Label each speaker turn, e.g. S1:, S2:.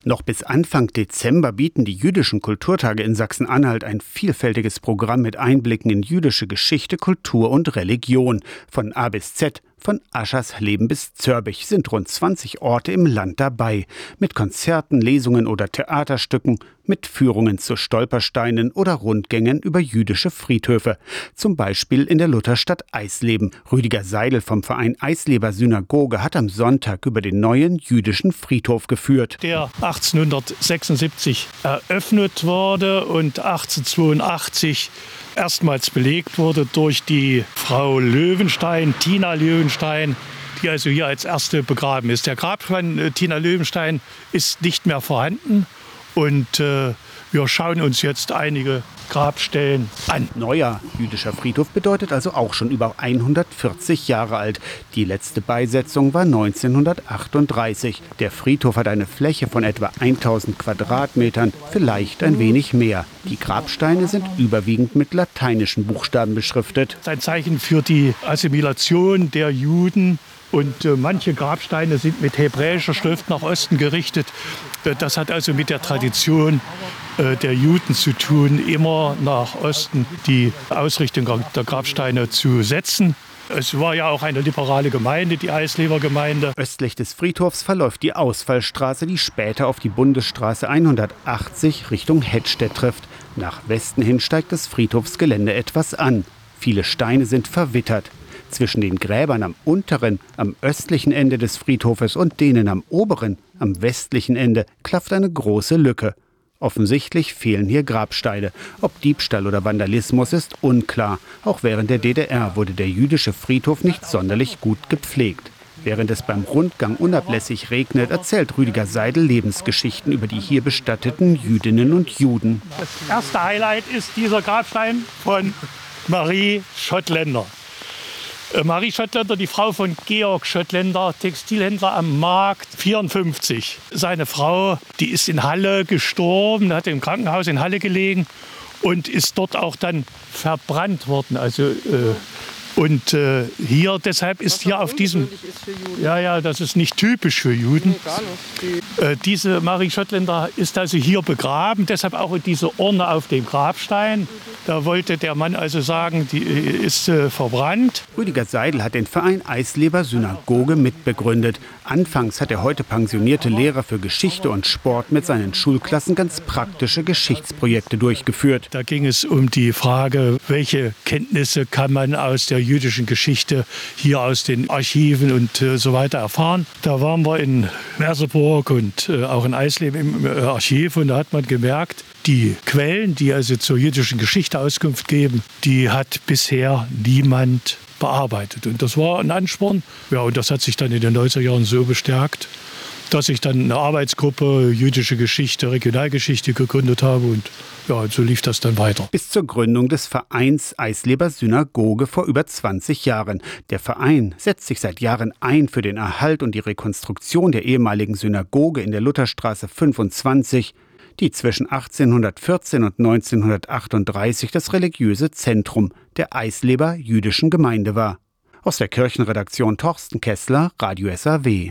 S1: Noch bis Anfang Dezember bieten die jüdischen Kulturtage in Sachsen-Anhalt ein vielfältiges Programm mit Einblicken in jüdische Geschichte, Kultur und Religion. Von A bis Z, von Aschersleben bis Zörbich sind rund 20 Orte im Land dabei. Mit Konzerten, Lesungen oder Theaterstücken, mit Führungen zu Stolpersteinen oder Rundgängen über jüdische Friedhöfe. Zum Beispiel in der Lutherstadt Eisleben. Rüdiger Seidel vom Verein Eisleber Synagoge hat am Sonntag über den neuen jüdischen Friedhof geführt.
S2: Der 1876 eröffnet wurde und 1882 erstmals belegt wurde durch die Frau Löwenstein, Tina Löwenstein, die also hier als erste begraben ist. Der Grabstein Tina Löwenstein ist nicht mehr vorhanden und wir schauen uns jetzt einige Grabstellen an.
S1: Neuer jüdischer Friedhof bedeutet also auch schon über 140 Jahre alt. Die letzte Beisetzung war 1938. Der Friedhof hat eine Fläche von etwa 1000 Quadratmetern, vielleicht ein wenig mehr. Die Grabsteine sind überwiegend mit lateinischen Buchstaben beschriftet.
S2: Das ist ein Zeichen für die Assimilation der Juden. Und manche Grabsteine sind mit hebräischer Schrift nach Osten gerichtet. Das hat also mit der Tradition der Juden zu tun, immer nach Osten die Ausrichtung der Grabsteine zu setzen. Es war ja auch eine liberale Gemeinde, die Eisleber Gemeinde.
S1: Östlich des Friedhofs verläuft die Ausfallstraße, die später auf die Bundesstraße 180 Richtung Hettstedt trifft. Nach Westen hin steigt das Friedhofsgelände etwas an. Viele Steine sind verwittert. Zwischen den Gräbern am unteren, am östlichen Ende des Friedhofes und denen am oberen, am westlichen Ende, klafft eine große Lücke. Offensichtlich fehlen hier Grabsteine. Ob Diebstahl oder Vandalismus ist unklar. Auch während der DDR wurde der jüdische Friedhof nicht sonderlich gut gepflegt. Während es beim Rundgang unablässig regnet, erzählt Rüdiger Seidel Lebensgeschichten über die hier bestatteten Jüdinnen und Juden.
S2: Das erste Highlight ist dieser Grabstein von Marie Schottländer. Marie Schottländer, die Frau von Georg Schottländer, Textilhändler am Markt, 54. Seine Frau, die ist in Halle gestorben, hat im Krankenhaus in Halle gelegen und ist dort auch dann verbrannt worden. Also hier, deshalb ist hier auf diesem, das ist nicht typisch für Juden. Diese Marie Schottländer ist also hier begraben, deshalb auch diese Urne auf dem Grabstein. Da wollte der Mann also sagen, die ist verbrannt.
S1: Rüdiger Seidel hat den Verein Eisleber Synagoge mitbegründet. Anfangs hat der heute pensionierte Lehrer für Geschichte und Sport mit seinen Schulklassen ganz praktische Geschichtsprojekte durchgeführt.
S2: Da ging es um die Frage, welche Kenntnisse kann man aus der jüdischen Geschichte hier aus den Archiven und so weiter erfahren. Da waren wir in Merseburg und auch in Eisleben im Archiv und da hat man gemerkt, die Quellen, die also zur jüdischen Geschichte Auskunft geben, die hat bisher niemand bearbeitet. Und das war ein Ansporn. Ja, und das hat sich dann in den 90er Jahren so bestärkt, dass ich dann eine Arbeitsgruppe jüdische Geschichte, Regionalgeschichte gegründet habe und so lief das dann weiter.
S1: Bis zur Gründung des Vereins Eisleber Synagoge vor über 20 Jahren. Der Verein setzt sich seit Jahren ein für den Erhalt und die Rekonstruktion der ehemaligen Synagoge in der Lutherstraße 25, die zwischen 1814 und 1938 das religiöse Zentrum der Eisleber jüdischen Gemeinde war. Aus der Kirchenredaktion Torsten Kessler, Radio SAW.